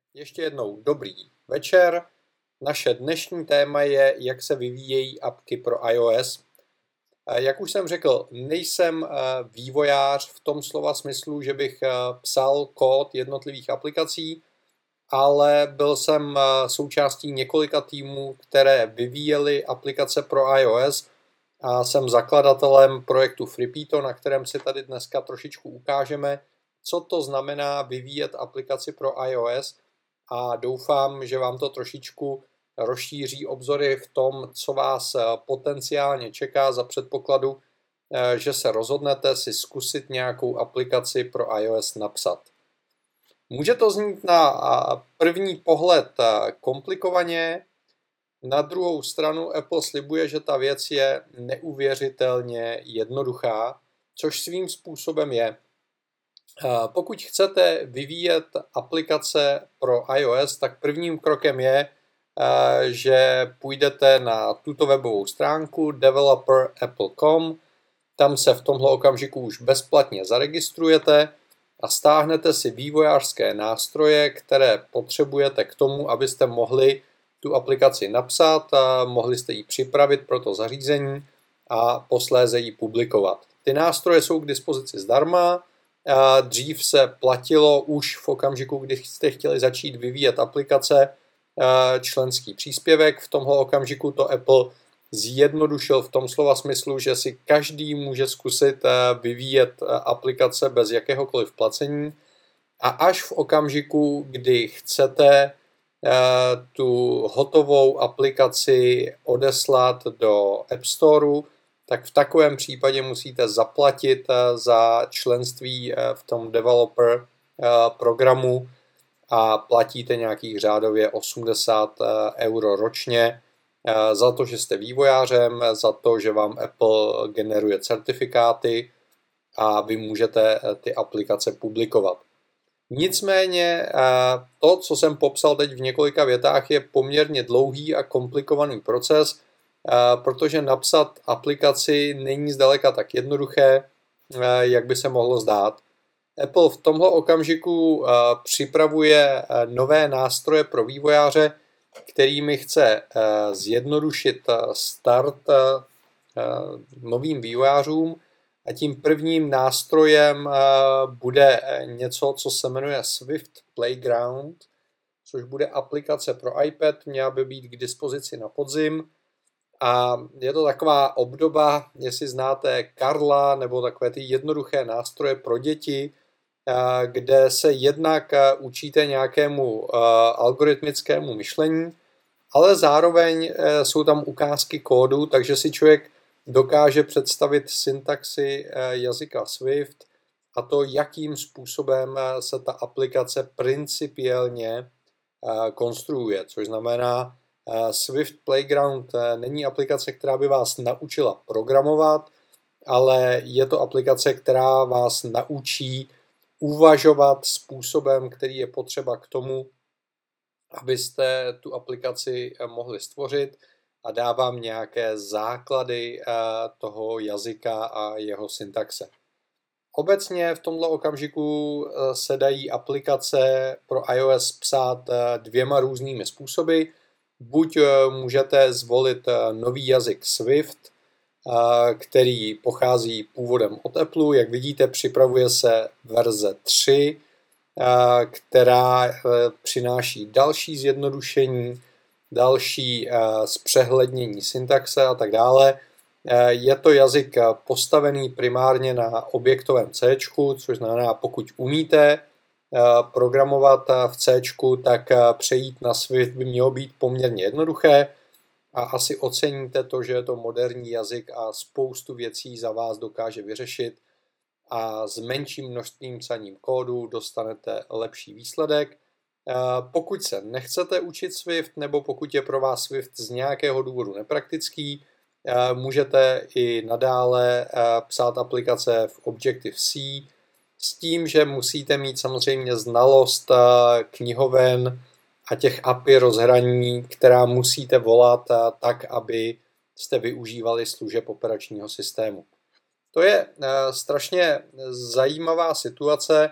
Ještě jednou dobrý večer. Naše dnešní téma je, jak se vyvíjejí apky pro iOS. Jak už jsem řekl, nejsem vývojář v tom slova smyslu, že bych psal kód jednotlivých aplikací, ale byl jsem součástí několika týmů, které vyvíjely aplikace pro iOS a jsem zakladatelem projektu FreePiton, na kterém si tady dneska trošičku ukážeme, co to znamená vyvíjet aplikaci pro iOS, a doufám, že vám to trošičku rozšíří obzory v tom, co vás potenciálně čeká za předpokladu, že se rozhodnete si zkusit nějakou aplikaci pro iOS napsat. Může to znít na první pohled komplikovaně, na druhou stranu Apple slibuje, že ta věc je neuvěřitelně jednoduchá, což svým způsobem je. Pokud chcete vyvíjet aplikace pro iOS, tak prvním krokem je, že půjdete na tuto webovou stránku developer.apple.com, tam se v tomhle okamžiku už bezplatně zaregistrujete a stáhnete si vývojářské nástroje, které potřebujete k tomu, abyste mohli tu aplikaci napsat, mohli jste ji připravit pro to zařízení a posléze ji publikovat. Ty nástroje jsou k dispozici zdarma. Dřív se platilo už v okamžiku, kdy jste chtěli začít vyvíjet aplikace, členský příspěvek. V tomhle okamžiku to Apple zjednodušil v tom slova smyslu, že si každý může zkusit vyvíjet aplikace bez jakéhokoliv placení, a až v okamžiku, kdy chcete tu hotovou aplikaci odeslat do App Storeu, tak v takovém případě musíte zaplatit za členství v tom developer programu a platíte nějakých řádově 80 euro ročně za to, že jste vývojářem, za to, že vám Apple generuje certifikáty a vy můžete ty aplikace publikovat. Nicméně to, co jsem popsal teď v několika větách, je poměrně dlouhý a komplikovaný proces, protože napsat aplikaci není zdaleka tak jednoduché, jak by se mohlo zdát. Apple v tomhle okamžiku připravuje nové nástroje pro vývojáře, kterými chce zjednodušit start novým vývojářům. A tím prvním nástrojem bude něco, co se jmenuje Swift Playground, což bude aplikace pro iPad, měla by být k dispozici na podzim. A je to taková obdoba, jestli znáte Karla nebo takové ty jednoduché nástroje pro děti, kde se jednak učíte nějakému algoritmickému myšlení, ale zároveň jsou tam ukázky kódu, takže si člověk dokáže představit syntaxi jazyka Swift a to, jakým způsobem se ta aplikace principiálně konstruuje, což znamená, Swift Playground není aplikace, která by vás naučila programovat, ale je to aplikace, která vás naučí uvažovat způsobem, který je potřeba k tomu, abyste tu aplikaci mohli stvořit, a dá vám nějaké základy toho jazyka a jeho syntaxe. Obecně v tomto okamžiku se dají aplikace pro iOS psát dvěma různými způsoby. Buď můžete zvolit nový jazyk Swift, který pochází původem od Apple. Jak vidíte, připravuje se verze 3, která přináší další zjednodušení, další zpřehlednění syntaxe a tak dále. Je to jazyk postavený primárně na objektovém C, což znamená, pokud umíte programovat v C, tak přejít na Swift by mělo být poměrně jednoduché a asi oceníte to, že je to moderní jazyk a spoustu věcí za vás dokáže vyřešit a s menším množstvím psaním kódu dostanete lepší výsledek. Pokud se nechcete učit Swift nebo pokud je pro vás Swift z nějakého důvodu nepraktický, můžete i nadále psát aplikace v Objective-C s tím, že musíte mít samozřejmě znalost knihoven a těch API rozhraní, která musíte volat tak, aby jste využívali služeb operačního systému. To je strašně zajímavá situace,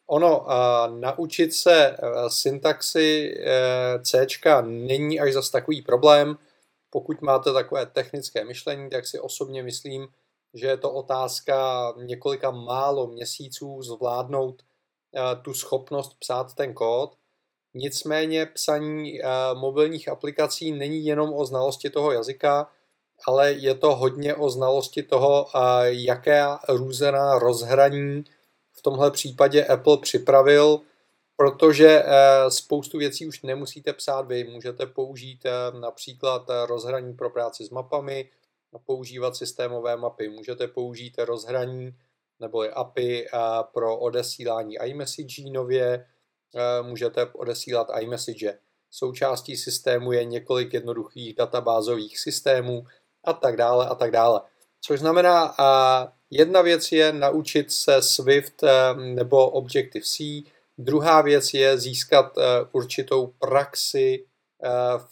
Naučit se syntaxy C není až zas takový problém. Pokud máte takové technické myšlení, tak si osobně myslím, že je to otázka několika málo měsíců zvládnout tu schopnost psát ten kód. Nicméně psaní mobilních aplikací není jenom o znalosti toho jazyka, ale je to hodně o znalosti toho, jaké různá rozhraní v tomhle případě Apple připravil, protože spoustu věcí už nemusíte psát vy. Můžete použít například rozhraní pro práci s mapami, používat systémové mapy. Můžete použít rozhraní nebo API pro odesílání iMessage nově, můžete odesílat iMessage. Součástí systému je několik jednoduchých databázových systémů a tak dále a tak dále. Což znamená, jedna věc je naučit se Swift nebo Objective-C, druhá věc je získat určitou praxi v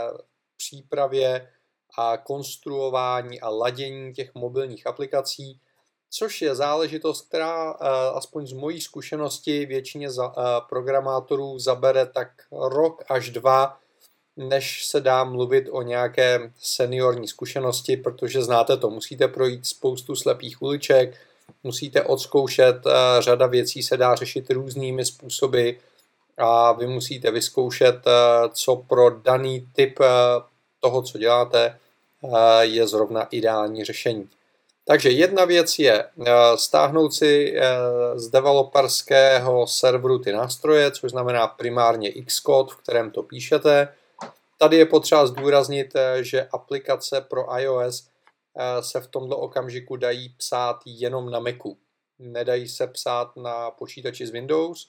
přípravě a konstruování a ladění těch mobilních aplikací, což je záležitost, která aspoň z mojí zkušenosti většině programátorů zabere tak rok až 2, než se dá mluvit o nějaké seniorní zkušenosti, protože znáte to, musíte projít spoustu slepých uliček, musíte odzkoušet, řada věcí se dá řešit různými způsoby a vy musíte vyzkoušet, co pro daný typ toho, co děláte, je zrovna ideální řešení. Takže jedna věc je stáhnout si z developerského serveru ty nástroje, což znamená primárně Xcode, v kterém to píšete. Tady je potřeba zdůraznit, že aplikace pro iOS se v tomto okamžiku dají psát jenom na Macu. Nedají se psát na počítači z Windows,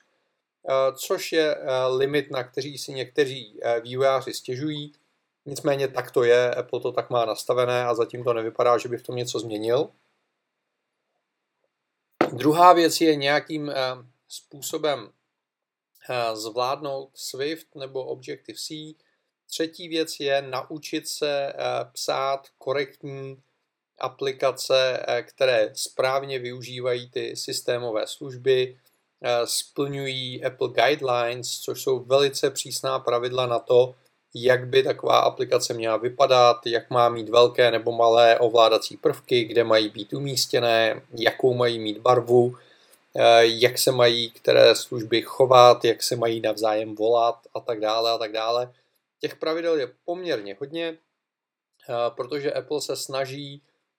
což je limit, na který si někteří vývojáři stěžují. Nicméně tak to je, Apple to tak má nastavené a zatím to nevypadá, že by v tom něco změnil. Druhá věc je nějakým způsobem zvládnout Swift nebo Objective-C. Třetí věc je naučit se psát korektní aplikace, které správně využívají ty systémové služby, splňují Apple Guidelines, což jsou velice přísná pravidla na to, jak by taková aplikace měla vypadat, jak má mít velké nebo malé ovládací prvky, kde mají být umístěné, jakou mají mít barvu, jak se mají které služby chovat, jak se mají navzájem volat a tak dále a tak dále. Těch pravidel je poměrně hodně, protože Apple se snaží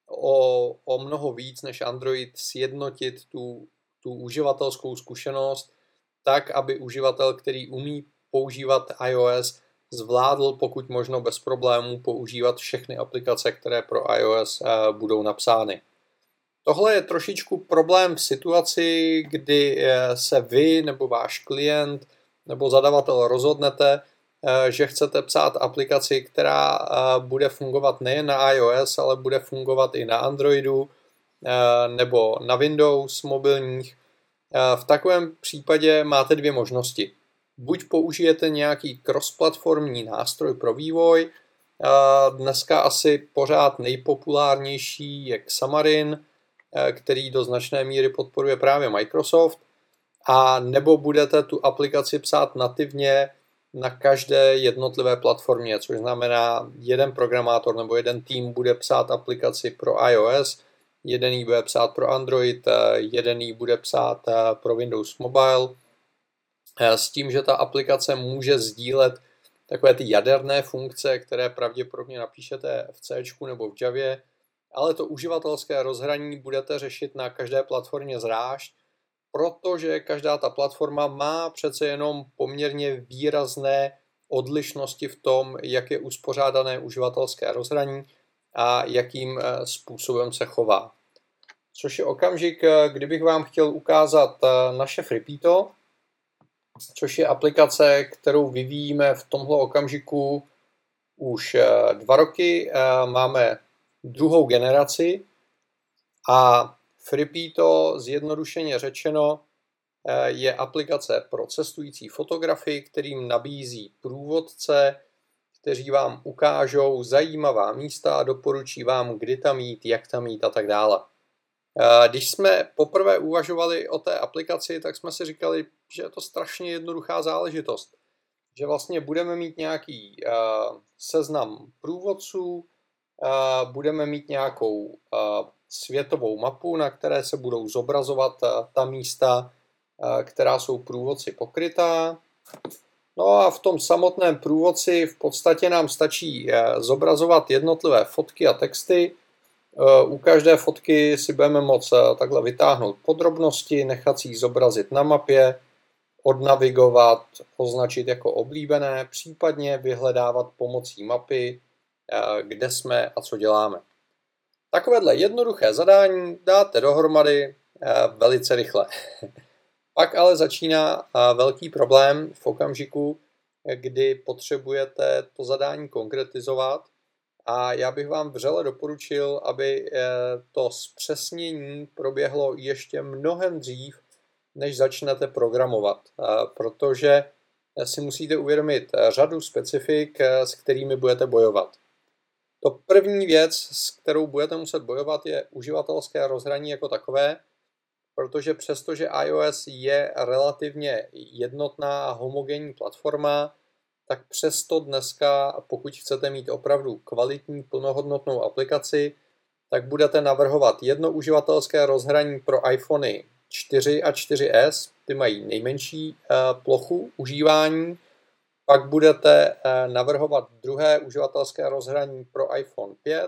o mnoho víc než Android sjednotit tu uživatelskou zkušenost tak, aby uživatel, který umí používat iOS, zvládl pokud možno bez problémů používat všechny aplikace, které pro iOS budou napsány. Tohle je trošičku problém v situaci, kdy se vy nebo váš klient nebo zadavatel rozhodnete, že chcete psát aplikaci, která bude fungovat nejen na iOS, ale bude fungovat i na Androidu nebo na Windows mobilních. V takovém případě máte dvě možnosti. Buď použijete nějaký cross-platformní nástroj pro vývoj, dneska asi pořád nejpopulárnější je Xamarin, který do značné míry podporuje právě Microsoft, a nebo budete tu aplikaci psát nativně na každé jednotlivé platformě, což znamená, jeden programátor nebo jeden tým bude psát aplikaci pro iOS, jeden ji bude psát pro Android, jeden ji bude psát pro Windows Mobile, s tím, že ta aplikace může sdílet takové ty jaderné funkce, které pravděpodobně napíšete v C nebo v Javě, ale to uživatelské rozhraní budete řešit na každé platformě zvlášť, protože každá ta platforma má přece jenom poměrně výrazné odlišnosti v tom, jak je uspořádané uživatelské rozhraní a jakým způsobem se chová. Což je okamžik, kdybych vám chtěl ukázat naše Freepito, což je aplikace, kterou vyvíjíme v tomhle okamžiku už 2 roky. Máme druhou generaci a Freepito, zjednodušeně řečeno, je aplikace pro cestující fotografy, kterým nabízí průvodce, kteří vám ukážou zajímavá místa a doporučí vám, kdy tam jít, jak tam jít a tak dále. Když jsme poprvé uvažovali o té aplikaci, tak jsme si říkali, že je to strašně jednoduchá záležitost. Že vlastně budeme mít nějaký seznam průvodců, budeme mít nějakou světovou mapu, na které se budou zobrazovat ta místa, která jsou průvodci pokrytá. No a v tom samotném průvodci v podstatě nám stačí zobrazovat jednotlivé fotky a texty. U každé fotky si budeme moct takhle vytáhnout podrobnosti, nechat si ji zobrazit na mapě, odnavigovat, označit jako oblíbené, případně vyhledávat pomocí mapy, kde jsme a co děláme. Takovéhle jednoduché zadání dáte dohromady velice rychle. Pak ale začíná velký problém v okamžiku, kdy potřebujete to zadání konkretizovat, a já bych vám vřele doporučil, aby to zpřesnění proběhlo ještě mnohem dřív, než začnete programovat, protože si musíte uvědomit řadu specifik, s kterými budete bojovat. To první věc, s kterou budete muset bojovat, je uživatelské rozhraní jako takové, protože přestože iOS je relativně jednotná a homogenní platforma, tak přesto dneska, pokud chcete mít opravdu kvalitní plnohodnotnou aplikaci, tak budete navrhovat jedno uživatelské rozhraní pro iPhony 4 a 4S, ty mají nejmenší plochu užívání, pak budete navrhovat druhé uživatelské rozhraní pro iPhone 5,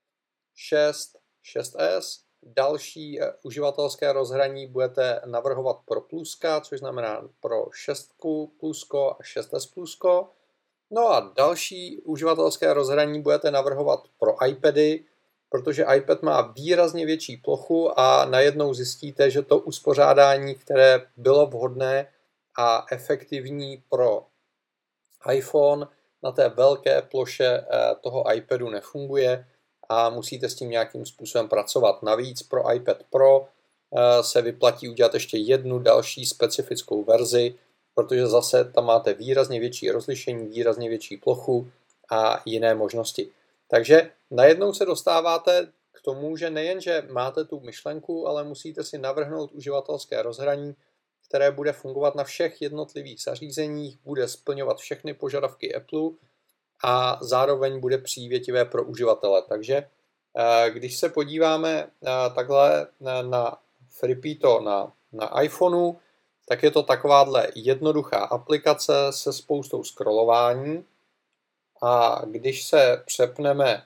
6, 6S, další uživatelské rozhraní budete navrhovat pro pluska, což znamená pro 6 plusko a 6S plusko. No a další uživatelské rozhraní budete navrhovat pro iPady, protože iPad má výrazně větší plochu a najednou zjistíte, že to uspořádání, které bylo vhodné a efektivní pro iPhone, na té velké ploše toho iPadu nefunguje a musíte s tím nějakým způsobem pracovat. Navíc pro iPad Pro se vyplatí udělat ještě jednu další specifickou verzi, protože zase tam máte výrazně větší rozlišení, výrazně větší plochu a jiné možnosti. Takže najednou se dostáváte k tomu, že nejenže máte tu myšlenku, ale musíte si navrhnout uživatelské rozhraní, které bude fungovat na všech jednotlivých zařízeních, bude splňovat všechny požadavky Apple a zároveň bude přívětivé pro uživatele. Takže když se podíváme takhle na Freepito na iPhoneu, tak je to takováhle jednoduchá aplikace se spoustou scrollování. A když se přepneme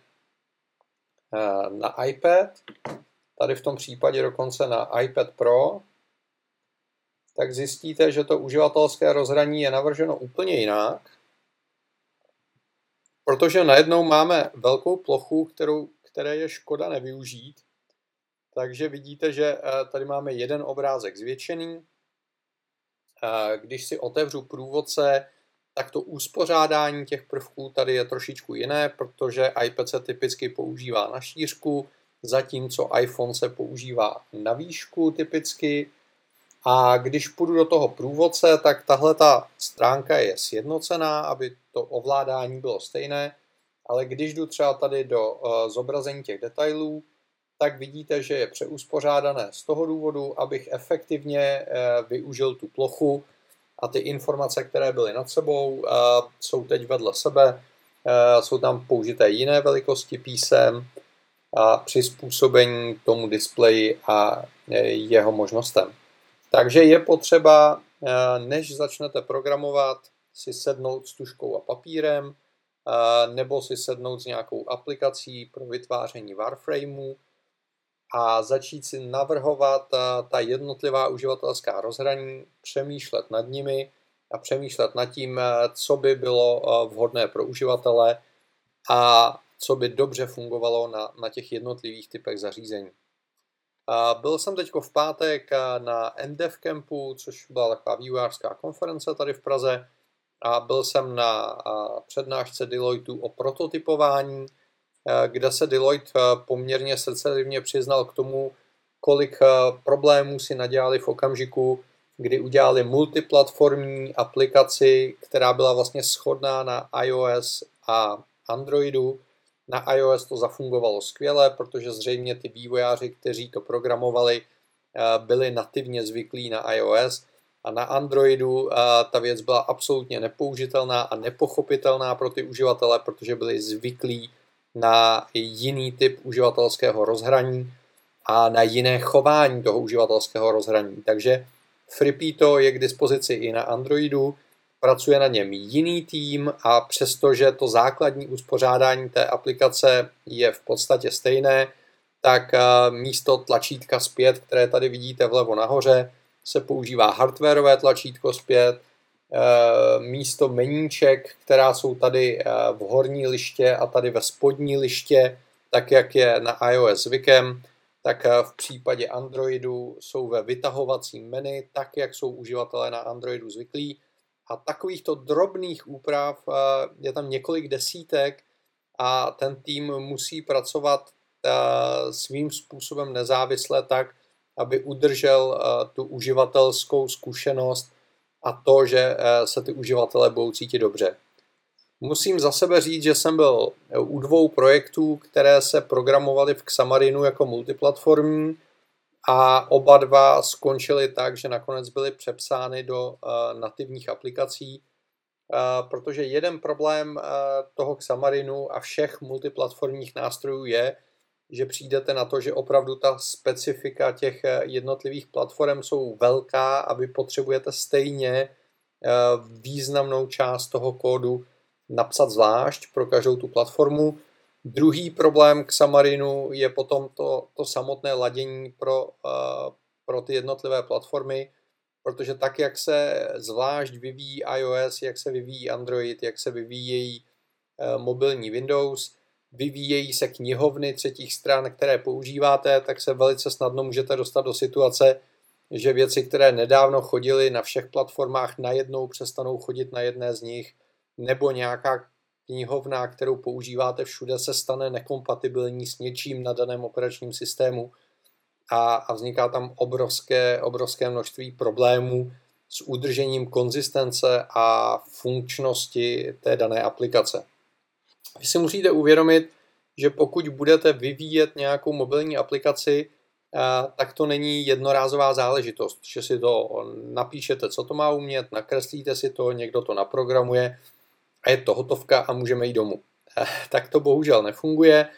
na iPad, tady v tom případě dokonce na iPad Pro, tak zjistíte, že to uživatelské rozhraní je navrženo úplně jinak, protože najednou máme velkou plochu, které je škoda nevyužít. Takže vidíte, že tady máme jeden obrázek zvětšený. Když si otevřu průvodce, tak to uspořádání těch prvků tady je trošičku jiné, protože iPad se typicky používá na šířku, zatímco iPhone se používá na výšku typicky. A když půjdu do toho průvodce, tak tahle ta stránka je sjednocená, aby to ovládání bylo stejné, ale když jdu třeba tady do zobrazení těch detailů, tak vidíte, že je přeuspořádané z toho důvodu, abych efektivně využil tu plochu a ty informace, které byly nad sebou, jsou teď vedle sebe, jsou tam použité jiné velikosti písem a přizpůsobení tomu displeji a jeho možnostem. Takže je potřeba, než začnete programovat, si sednout s tužkou a papírem, nebo si sednout s nějakou aplikací pro vytváření wireframeu a začít si navrhovat ta jednotlivá uživatelská rozhraní, přemýšlet nad nimi a přemýšlet nad tím, co by bylo vhodné pro uživatele a co by dobře fungovalo na těch jednotlivých typech zařízení. Byl jsem teď v pátek na NDEV Campu, což byla taková vývojářská konference tady v Praze, a byl jsem na přednášce Deloitu o prototypování, kde se Deloitte poměrně srdcerivně přiznal k tomu, kolik problémů si nadělali v okamžiku, kdy udělali multiplatformní aplikaci, která byla vlastně shodná na iOS a Androidu, Na iOS to zafungovalo skvěle, protože zřejmě ty vývojáři, kteří to programovali, byli nativně zvyklí na iOS, a na Androidu ta věc byla absolutně nepoužitelná a nepochopitelná pro ty uživatele, protože byli zvyklí na jiný typ uživatelského rozhraní a na jiné chování toho uživatelského rozhraní. Takže Freepito je k dispozici i na Androidu, pracuje na něm jiný tým a přestože to základní uspořádání té aplikace je v podstatě stejné, tak místo tlačítka zpět, které tady vidíte vlevo nahoře, se používá hardwareové tlačítko zpět, místo meníček, která jsou tady v horní liště a tady ve spodní liště, tak jak je na iOS zvykem, tak v případě Androidu jsou ve vytahovacím menu, tak jak jsou uživatelé na Androidu zvyklí. A takovýchto drobných úprav je tam několik desítek a ten tým musí pracovat svým způsobem nezávisle tak, aby udržel tu uživatelskou zkušenost a to, že se ty uživatelé budou cítit dobře. Musím za sebe říct, že jsem byl u 2 projektů, které se programovaly v Xamarinu jako multiplatformní a oba 2 skončily tak, že nakonec byly přepsány do nativních aplikací, protože jeden problém toho Xamarinu a všech multiplatformních nástrojů je, že přijdete na to, že opravdu ta specifika těch jednotlivých platform jsou velká a vy potřebujete stejně významnou část toho kódu napsat zvlášť pro každou tu platformu. Druhý problém k Xamarinu je potom to samotné ladění pro ty jednotlivé platformy, protože tak, jak se zvlášť vyvíjí iOS, jak se vyvíjí Android, jak se vyvíjejí mobilní Windows, vyvíjejí se knihovny třetích stran, které používáte, tak se velice snadno můžete dostat do situace, že věci, které nedávno chodily na všech platformách, najednou přestanou chodit na jedné z nich, nebo nějaká knihovna, kterou používáte všude, se stane nekompatibilní s něčím na daném operačním systému a vzniká tam obrovské množství problémů s udržením konzistence a funkčnosti té dané aplikace. Vy si musíte uvědomit, že pokud budete vyvíjet nějakou mobilní aplikaci, tak to není jednorázová záležitost, že si to napíšete, co to má umět, nakreslíte si to, někdo to naprogramuje a je to hotovka a můžeme jít domů. Tak to bohužel nefunguje.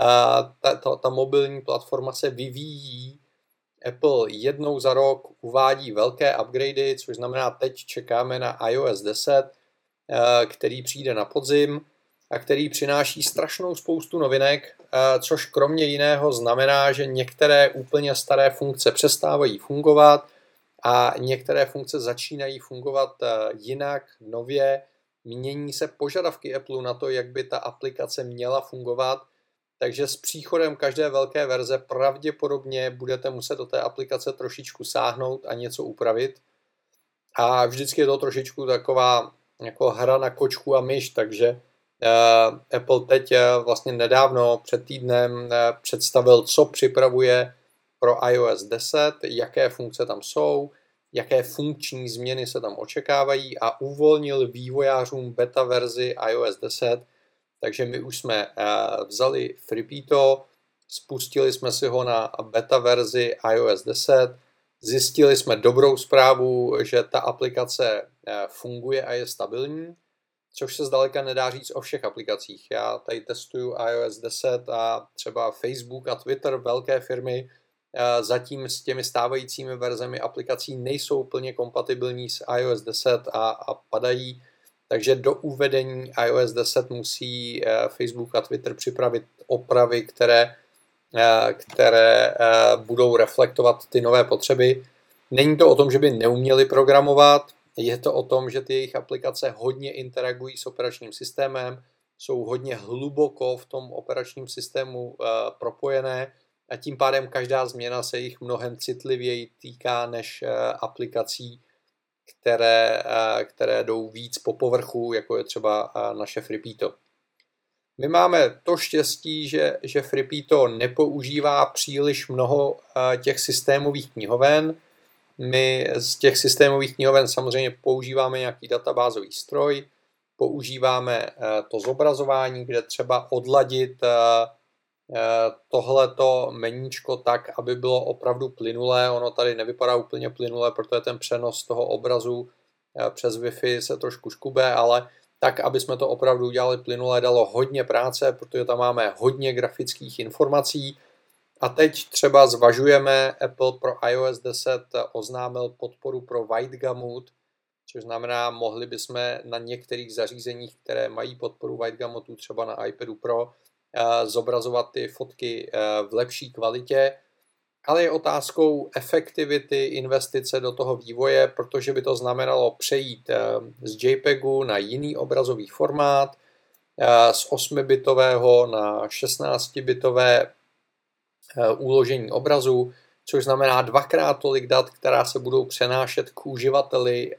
Ta mobilní platforma se vyvíjí. Apple jednou za rok uvádí velké upgradey, což znamená, teď čekáme na iOS 10, který přijde na podzim a který přináší strašnou spoustu novinek, což kromě jiného znamená, že některé úplně staré funkce přestávají fungovat a některé funkce začínají fungovat jinak, nově. Mění se požadavky Apple na to, jak by ta aplikace měla fungovat, takže s příchodem každé velké verze pravděpodobně budete muset do té aplikace trošičku sáhnout a něco upravit. A vždycky je to trošičku taková jako hra na kočku a myš, takže Apple teď vlastně nedávno před týdnem představil, co připravuje pro iOS 10, jaké funkce tam jsou, jaké funkční změny se tam očekávají a uvolnil vývojářům beta verzi iOS 10. Takže my už jsme vzali Freepito, spustili jsme si ho na beta verzi iOS 10, zjistili jsme dobrou zprávu, že ta aplikace funguje a je stabilní, což se zdaleka nedá říct o všech aplikacích. Já tady testuju iOS 10 a třeba Facebook a Twitter, velké firmy, zatím s těmi stávajícími verzemi aplikací nejsou plně kompatibilní s iOS 10 a padají. Takže do uvedení iOS 10 musí Facebook a Twitter připravit opravy, které budou reflektovat ty nové potřeby. Není to o tom, že by neuměli programovat, je to o tom, že ty jejich aplikace hodně interagují s operačním systémem, jsou hodně hluboko v tom operačním systému propojené a tím pádem každá změna se jich mnohem citlivěji týká než aplikací, které jdou víc po povrchu, jako je třeba naše Freepito. My máme to štěstí, že Freepito nepoužívá příliš mnoho těch systémových knihoven. My z těch systémových knihoven samozřejmě používáme nějaký databázový stroj, používáme to zobrazování, kde třeba odladit tohleto meníčko tak, aby bylo opravdu plynulé. Ono tady nevypadá úplně plynulé, protože ten přenos toho obrazu přes Wi-Fi se trošku škube, ale tak, aby jsme to opravdu udělali plynulé, dalo hodně práce, protože tam máme hodně grafických informací. A teď třeba zvažujeme, Apple pro iOS 10 oznámil podporu pro White Gamut, což znamená, mohli bychom na některých zařízeních, které mají podporu White Gamutu, třeba na iPadu Pro, zobrazovat ty fotky v lepší kvalitě, ale je otázkou efektivity investice do toho vývoje, protože by to znamenalo přejít z JPEGu na jiný obrazový formát, z 8-bitového na 16-bitové uložení obrazu, což znamená dvakrát tolik dat, která se budou přenášet k uživateli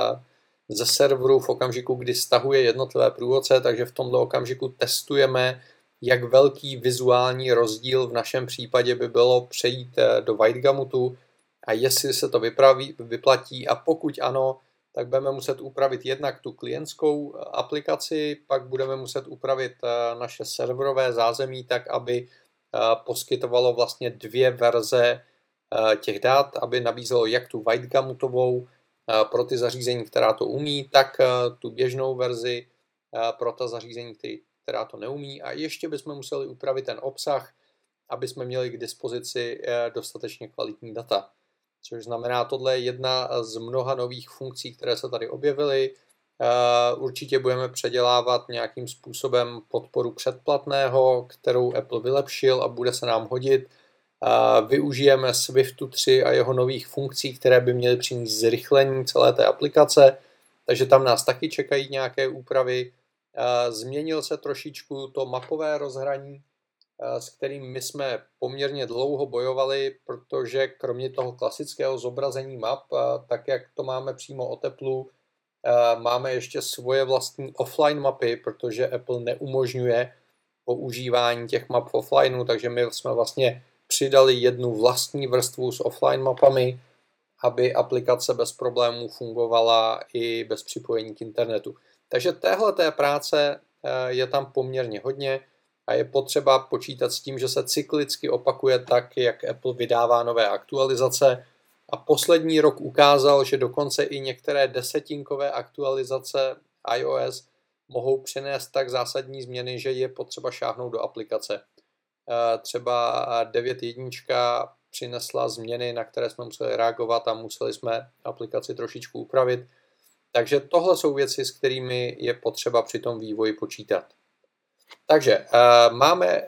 ze serveru v okamžiku, kdy stahuje jednotlivé průvodce, takže v tomto okamžiku testujeme, jak velký vizuální rozdíl v našem případě by bylo přejít do White Gamutu a jestli se to vyplatí, a pokud ano, tak budeme muset upravit jednak tu klientskou aplikaci, pak budeme muset upravit naše serverové zázemí tak, aby poskytovalo vlastně dvě verze těch dat, aby nabízelo jak tu White Gamutovou pro ty zařízení, která to umí, tak tu běžnou verzi pro ta zařízení, která to neumí, a ještě bychom museli upravit ten obsah, aby jsme měli k dispozici dostatečně kvalitní data. Což znamená, tohle je jedna z mnoha nových funkcí, které se tady objevily. Určitě budeme předělávat nějakým způsobem podporu předplatného, kterou Apple vylepšil a bude se nám hodit. Využijeme Swiftu 3 a jeho nových funkcí, které by měly přinést zrychlení celé té aplikace, takže tam nás taky čekají nějaké úpravy. Změnil se trošičku to mapové rozhraní, s kterým my jsme poměrně dlouho bojovali, protože kromě toho klasického zobrazení map, tak jak to máme přímo od Apple, máme ještě svoje vlastní offline mapy, protože Apple neumožňuje používání těch map offlineu, takže my jsme vlastně přidali jednu vlastní vrstvu s offline mapami, aby aplikace bez problémů fungovala i bez připojení k internetu. Takže téhleté práce je tam poměrně hodně a je potřeba počítat s tím, že se cyklicky opakuje tak, jak Apple vydává nové aktualizace. A poslední rok ukázal, že dokonce i některé desetinkové aktualizace iOS mohou přinést tak zásadní změny, že je potřeba šáhnout do aplikace. Třeba 9.1 přinesla změny, na které jsme museli reagovat a museli jsme aplikaci trošičku upravit. Takže tohle jsou věci, s kterými je potřeba při tom vývoji počítat. Takže máme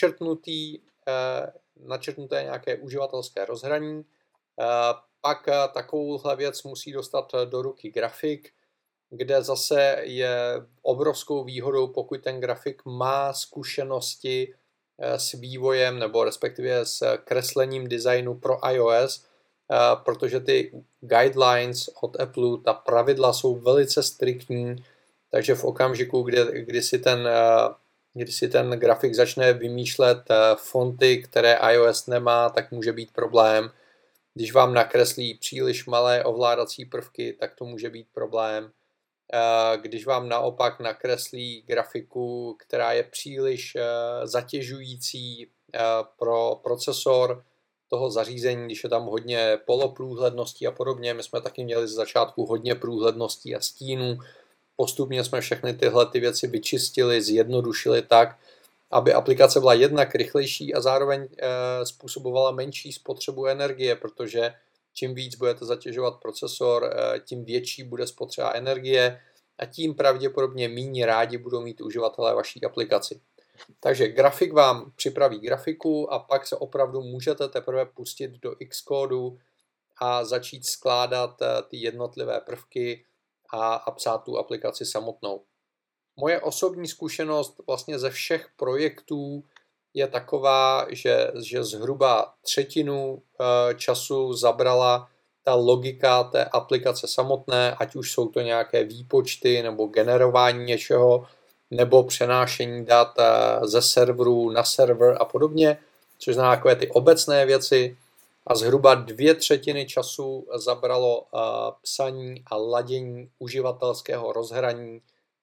načrtnuté nějaké uživatelské rozhraní, pak takovouhle věc musí dostat do ruky grafik, kde zase je obrovskou výhodou, pokud ten grafik má zkušenosti s vývojem nebo respektive s kreslením designu pro iOS, protože ty guidelines od Apple, ta pravidla jsou velice striktní, takže v okamžiku, kdy si ten grafik začne vymýšlet fonty, které iOS nemá, tak může být problém. Když vám nakreslí příliš malé ovládací prvky, tak to může být problém. Když vám naopak nakreslí grafiku, která je příliš zatěžující pro procesor toho zařízení, když je tam hodně poloprůhledností a podobně. My jsme taky měli z začátku hodně průhledností a stínů. Postupně jsme všechny tyhle věci vyčistili, zjednodušili tak, aby aplikace byla jednak rychlejší a zároveň způsobovala menší spotřebu energie, protože čím víc budete zatěžovat procesor, tím větší bude spotřeba energie a tím pravděpodobně méně rádi budou mít uživatelé vaší aplikaci. Takže grafik vám připraví grafiku a pak se opravdu můžete teprve pustit do Xcodu a začít skládat ty jednotlivé prvky a psát tu aplikaci samotnou. Moje osobní zkušenost vlastně ze všech projektů je taková, že zhruba třetinu času zabrala ta logika té aplikace samotné, ať už jsou to nějaké výpočty nebo generování něčeho, nebo přenášení dat ze serveru na server a podobně, což znamená takové ty obecné věci. A zhruba 2/3 času zabralo psaní a ladění uživatelského rozhraní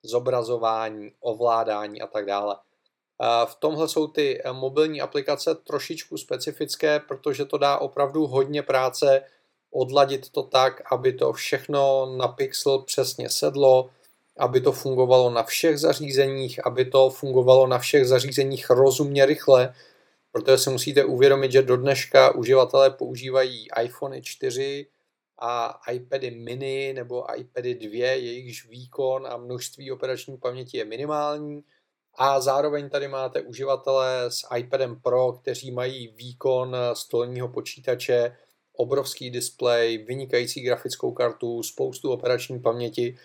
zobrazování, ovládání a tak dále. V tomhle jsou ty mobilní aplikace trošičku specifické, protože to dá opravdu hodně práce odladit to tak, aby to všechno na pixel přesně sedlo, aby to fungovalo na všech zařízeních, aby to fungovalo na všech zařízeních rozumně rychle, protože si musíte uvědomit, že do dneška uživatelé používají iPhone 4 a iPady mini nebo iPady 2, jejichž výkon a množství operační paměti je minimální. A zároveň tady máte uživatele s iPadem Pro, kteří mají výkon stolního počítače, obrovský displej, vynikající grafickou kartu, spoustu operační paměti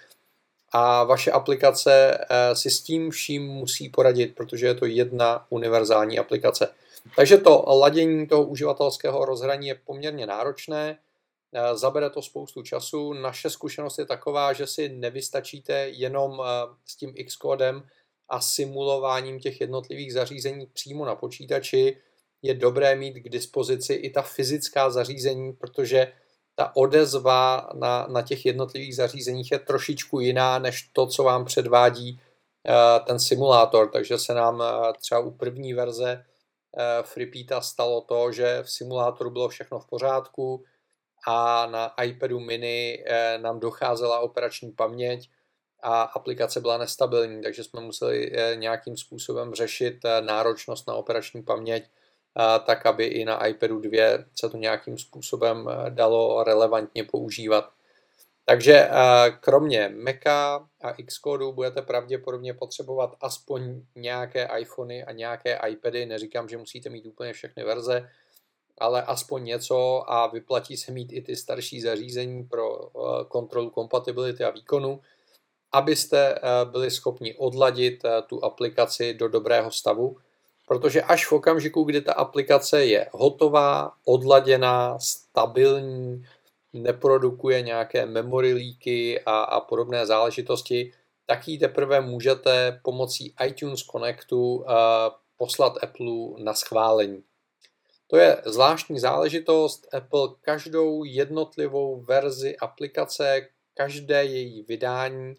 a vaše aplikace si s tím vším musí poradit, protože je to jedna univerzální aplikace. Takže to ladění toho uživatelského rozhraní je poměrně náročné, zabere to spoustu času. Naše zkušenost je taková, že si nevystačíte jenom s tím Xcodem a simulováním těch jednotlivých zařízení přímo na počítači. Je dobré mít k dispozici i ta fyzická zařízení, protože ta odezva na těch jednotlivých zařízeních je trošičku jiná, než to, co vám předvádí ten simulátor. Takže se nám třeba u první verze FreePita stalo to, že v simulátoru bylo všechno v pořádku a na iPadu mini nám docházela operační paměť a aplikace byla nestabilní, takže jsme museli nějakým způsobem řešit náročnost na operační paměť, tak aby i na iPadu 2 se to nějakým způsobem dalo relevantně používat. Takže kromě Maca a Xcodu budete pravděpodobně potřebovat aspoň nějaké iPhony a nějaké iPady. Neříkám, že musíte mít úplně všechny verze, ale aspoň něco a vyplatí se mít i ty starší zařízení pro kontrolu kompatibility a výkonu, abyste byli schopni odladit tu aplikaci do dobrého stavu, protože až v okamžiku, kdy ta aplikace je hotová, odladěná, stabilní, neprodukuje nějaké memory leaky a podobné záležitosti, tak ji teprve můžete pomocí iTunes Connectu poslat Apple na schválení. To je zvláštní záležitost. Apple každou jednotlivou verzi aplikace, každé její vydání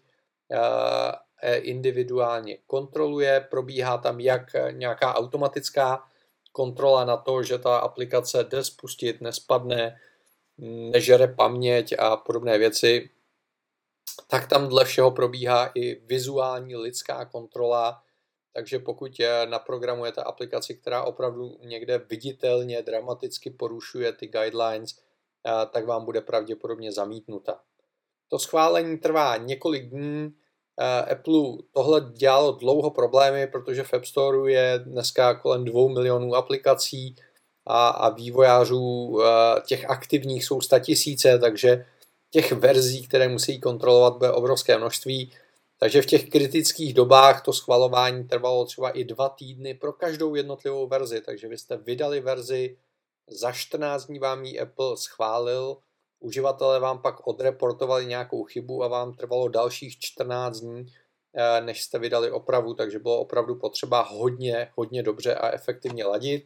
individuálně kontroluje. Probíhá tam jak nějaká automatická kontrola na to, že ta aplikace jde spustit, nespadne, nežere paměť a podobné věci, tak tam dle všeho probíhá i vizuální lidská kontrola. Takže pokud naprogramujete aplikaci, která opravdu někde viditelně, dramaticky porušuje ty guidelines, tak vám bude pravděpodobně zamítnuta. To schválení trvá několik dní. Apple tohle dělalo dlouho problémy, protože v App Storeu je dneska kolem 2 milionů aplikací a vývojářů těch aktivních jsou 100 000, takže těch verzí, které musí kontrolovat, bude obrovské množství. Takže v těch kritických dobách to schvalování trvalo třeba i 2 týdny pro každou jednotlivou verzi. Takže vy jste vydali verzi, za 14 dní vám ji Apple schválil, uživatelé vám pak odreportovali nějakou chybu a vám trvalo dalších 14 dní, než jste vydali opravu, takže bylo opravdu potřeba hodně dobře a efektivně ladit.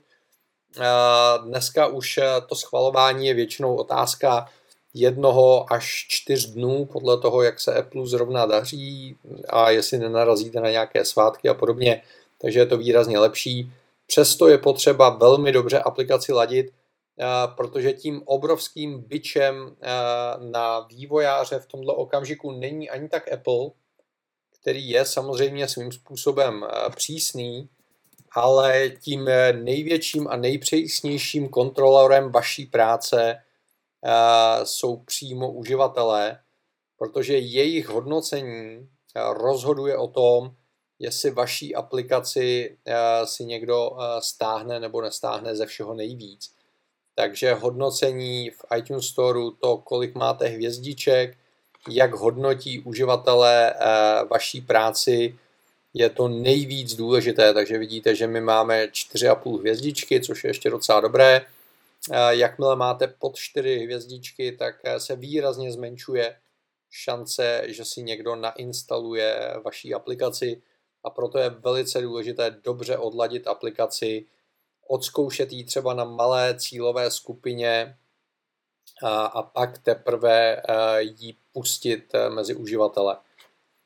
Dneska už to schvalování je většinou otázka 1 až 4 dnů, podle toho, jak se Apple zrovna daří a jestli nenarazíte na nějaké svátky a podobně, takže je to výrazně lepší. Přesto je potřeba velmi dobře aplikaci ladit, protože tím obrovským bičem na vývojáře v tomto okamžiku není ani tak Apple, který je samozřejmě svým způsobem přísný, ale tím největším a nejpřísnějším kontrolorem vaší práce jsou přímo uživatelé, protože jejich hodnocení rozhoduje o tom, jestli vaší aplikaci si někdo stáhne nebo nestáhne ze všeho nejvíc. Takže hodnocení v iTunes Storeu, to, kolik máte hvězdiček, jak hodnotí uživatelé vaší práci, je to nejvíc důležité. Takže vidíte, že my máme 4,5 hvězdičky, což je ještě docela dobré. Jakmile máte pod 4 hvězdičky, tak se výrazně zmenšuje šance, že si někdo nainstaluje vaší aplikaci a proto je velice důležité dobře odladit aplikaci, odzkoušet ji třeba na malé cílové skupině a pak teprve ji pustit mezi uživatele.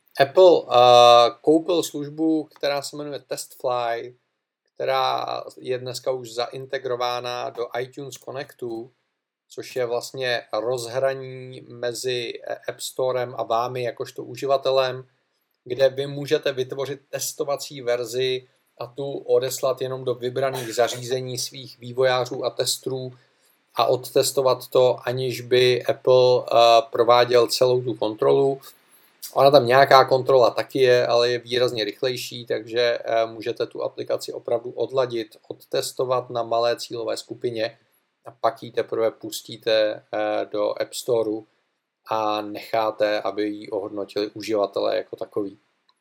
Apple koupil službu, která se jmenuje TestFly, která je dneska už zaintegrována do iTunes Connectu, což je vlastně rozhraní mezi App Storem a vámi jakožto uživatelem, kde vy můžete vytvořit testovací verzi a tu odeslat jenom do vybraných zařízení svých vývojářů a testrů a odtestovat to, aniž by Apple prováděl celou tu kontrolu. Ona tam nějaká kontrola taky je, ale je výrazně rychlejší, takže můžete tu aplikaci opravdu odladit, odtestovat na malé cílové skupině a pak ji teprve pustíte do App Storeu a necháte, aby ji ohodnotili uživatelé jako takový.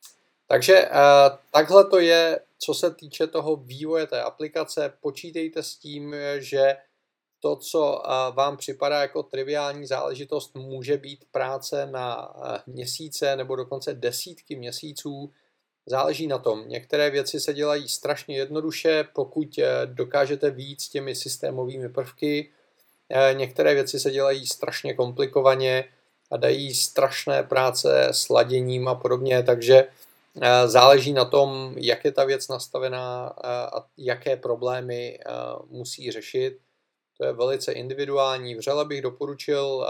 Takže takhle to je, co se týče toho vývoje té aplikace. Počítejte s tím, že to, co vám připadá jako triviální záležitost, může být práce na měsíce nebo dokonce desítky měsíců. Záleží na tom. Některé věci se dělají strašně jednoduše, pokud dokážete vyjít s těmi systémovými prvky. Některé věci se dělají strašně komplikovaně a dají strašné práce s laděním a podobně, takže záleží na tom, jak je ta věc nastavená a jaké problémy musí řešit. To je velice individuální. Vřele bych doporučil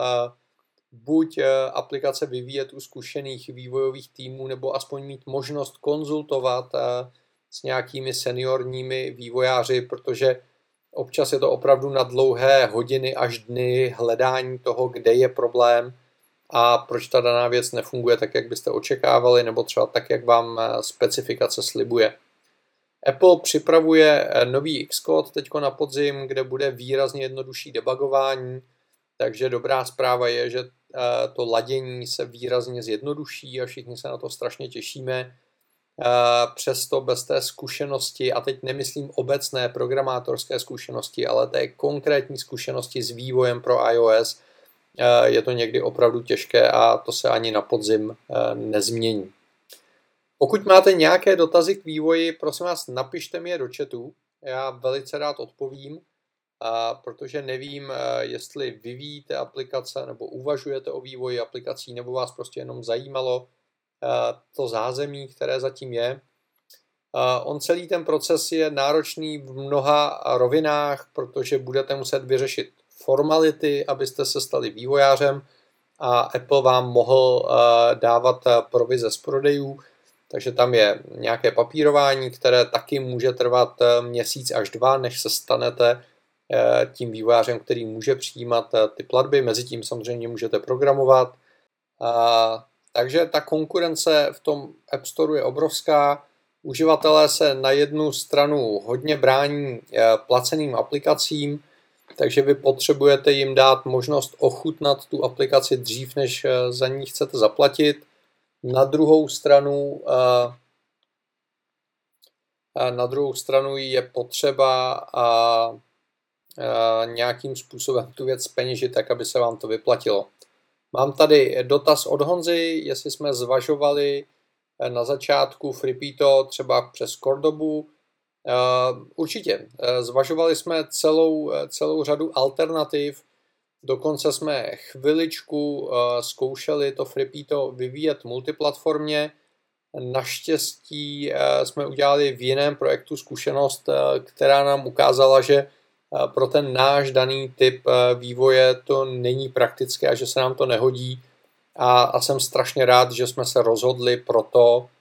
buď aplikace vyvíjet u zkušených vývojových týmů, nebo aspoň mít možnost konzultovat s nějakými seniorními vývojáři, protože občas je to opravdu na dlouhé hodiny až dny hledání toho, kde je problém a proč ta daná věc nefunguje tak, jak byste očekávali, nebo třeba tak, jak vám specifikace slibuje. Apple připravuje nový Xcode teďko na podzim, kde bude výrazně jednodušší debugování, takže dobrá zpráva je, že to ladění se výrazně zjednoduší a všichni se na to strašně těšíme. Přesto bez té zkušenosti, a teď nemyslím obecné programátorské zkušenosti, ale té konkrétní zkušenosti s vývojem pro iOS, je to někdy opravdu těžké a to se ani na podzim nezmění. Pokud máte nějaké dotazy k vývoji, prosím vás, napište mi je do chatu. Já velice rád odpovím, protože nevím, jestli vyvíjíte aplikace nebo uvažujete o vývoji aplikací, nebo vás prostě jenom zajímalo to zázemí, které zatím je. On celý ten proces je náročný v mnoha rovinách, protože budete muset vyřešit formality, abyste se stali vývojářem a Apple vám mohl dávat provize z prodejů. Takže tam je nějaké papírování, které taky může trvat měsíc až 2, než se stanete tím vývojářem, který může přijímat ty platby. Mezitím samozřejmě můžete programovat. Takže ta konkurence v tom App Storeu je obrovská. Uživatelé se na jednu stranu hodně brání placeným aplikacím, takže vy potřebujete jim dát možnost ochutnat tu aplikaci dřív, než za ní chcete zaplatit. Na druhou stranu je potřeba nějakým způsobem tu věc zpeněžit, tak aby se vám to vyplatilo. Mám tady dotaz od Honzy, jestli jsme zvažovali na začátku Freepito třeba přes Cordobu. Určitě. Zvažovali jsme celou řadu alternativ. Dokonce jsme chviličku zkoušeli to Freepito vyvíjet multiplatformně. Naštěstí jsme udělali v jiném projektu zkušenost, která nám ukázala, že pro ten náš daný typ vývoje to není praktické a že se nám to nehodí. A jsem strašně rád, že jsme se rozhodli pro to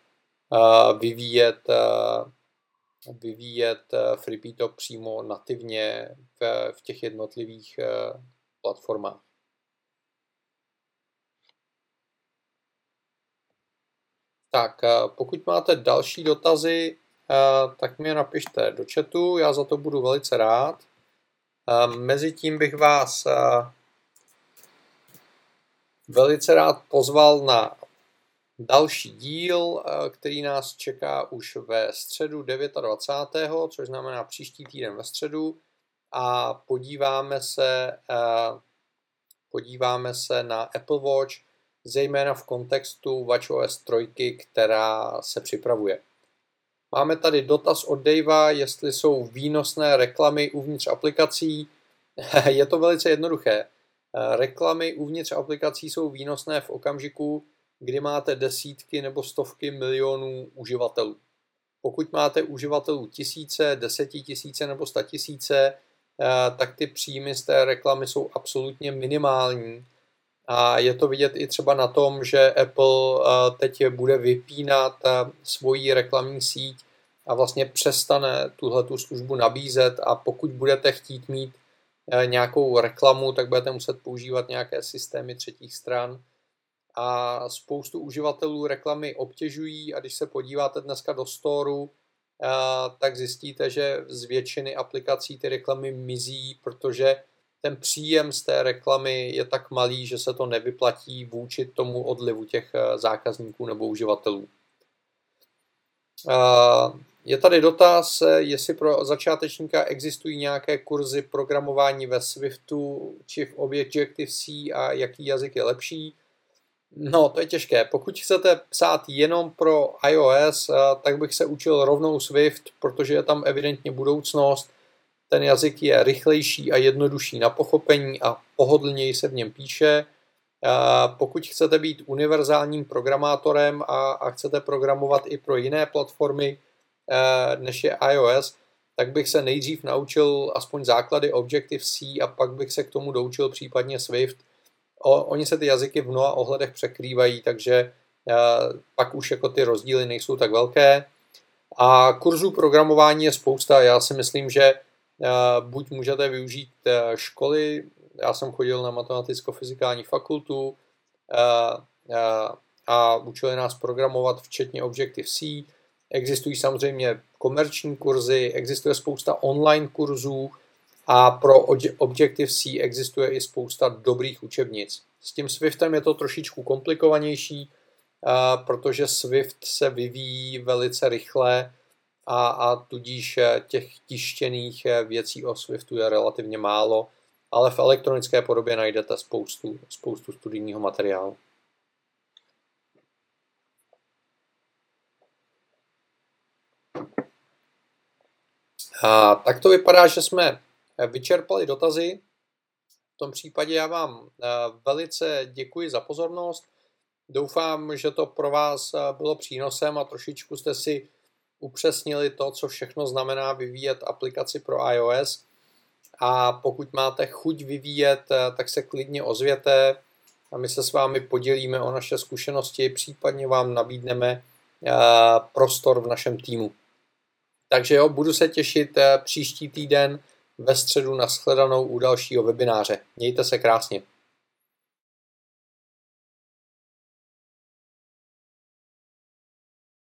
vyvíjet Freepito přímo nativně v těch jednotlivých platformách. Tak, pokud máte další dotazy, tak mi je napište do chatu, já za to budu velice rád. Mezitím bych vás velice rád pozval na další díl, který nás čeká už ve středu 29., což znamená příští týden ve středu, a podíváme se na Apple Watch, zejména v kontextu WatchOS 3, která se připravuje. Máme tady dotaz od Davea, jestli jsou výnosné reklamy uvnitř aplikací. Je to velice jednoduché. Reklamy uvnitř aplikací jsou výnosné v okamžiku, kdy máte desítky nebo stovky milionů uživatelů. Pokud máte uživatelů tisíce, desetitisíce nebo statisíce, tak ty příjmy z té reklamy jsou absolutně minimální. A je to vidět i třeba na tom, že Apple teď bude vypínat svoji reklamní síť a vlastně přestane tuhletu službu nabízet, a pokud budete chtít mít nějakou reklamu, tak budete muset používat nějaké systémy třetích stran. A spoustu uživatelů reklamy obtěžují, a když se podíváte dneska do storu, tak zjistíte, že z většiny aplikací ty reklamy mizí, protože ten příjem z té reklamy je tak malý, že se to nevyplatí vůči tomu odlivu těch zákazníků nebo uživatelů. Je tady dotaz, jestli pro začátečníka existují nějaké kurzy programování ve Swiftu či v Objective-C a jaký jazyk je lepší. No, to je těžké. Pokud chcete psát jenom pro iOS, tak bych se učil rovnou Swift, protože je tam evidentně budoucnost. Ten jazyk je rychlejší a jednodušší na pochopení a pohodlněji se v něm píše. Pokud chcete být univerzálním programátorem a chcete programovat i pro jiné platformy, než je iOS, tak bych se nejdřív naučil aspoň základy Objective-C a pak bych se k tomu doučil případně Swift. Oni se ty jazyky v mnoha ohledech překrývají, takže pak už jako ty rozdíly nejsou tak velké. A kurzů programování je spousta. Já si myslím, že buď můžete využít školy, já jsem chodil na matematicko-fyzikální fakultu a učili nás programovat včetně Objective-C. Existují samozřejmě komerční kurzy, existuje spousta online kurzů a pro Objective-C existuje i spousta dobrých učebnic. S tím Swiftem je to trošičku komplikovanější, protože Swift se vyvíjí velice rychle a tudíž těch tištěných věcí o Swiftu je relativně málo, ale v elektronické podobě najdete spoustu studijního materiálu. Tak to vypadá, že jsme vyčerpali dotazy. V tom případě já vám velice děkuji za pozornost. Doufám, že to pro vás bylo přínosem a trošičku jste si upřesnili to, co všechno znamená vyvíjet aplikaci pro iOS. A pokud máte chuť vyvíjet, tak se klidně ozvěte a my se s vámi podělíme o naše zkušenosti, případně vám nabídneme prostor v našem týmu. Takže jo, budu se těšit příští týden ve středu na shledanou u dalšího webináře. Mějte se krásně.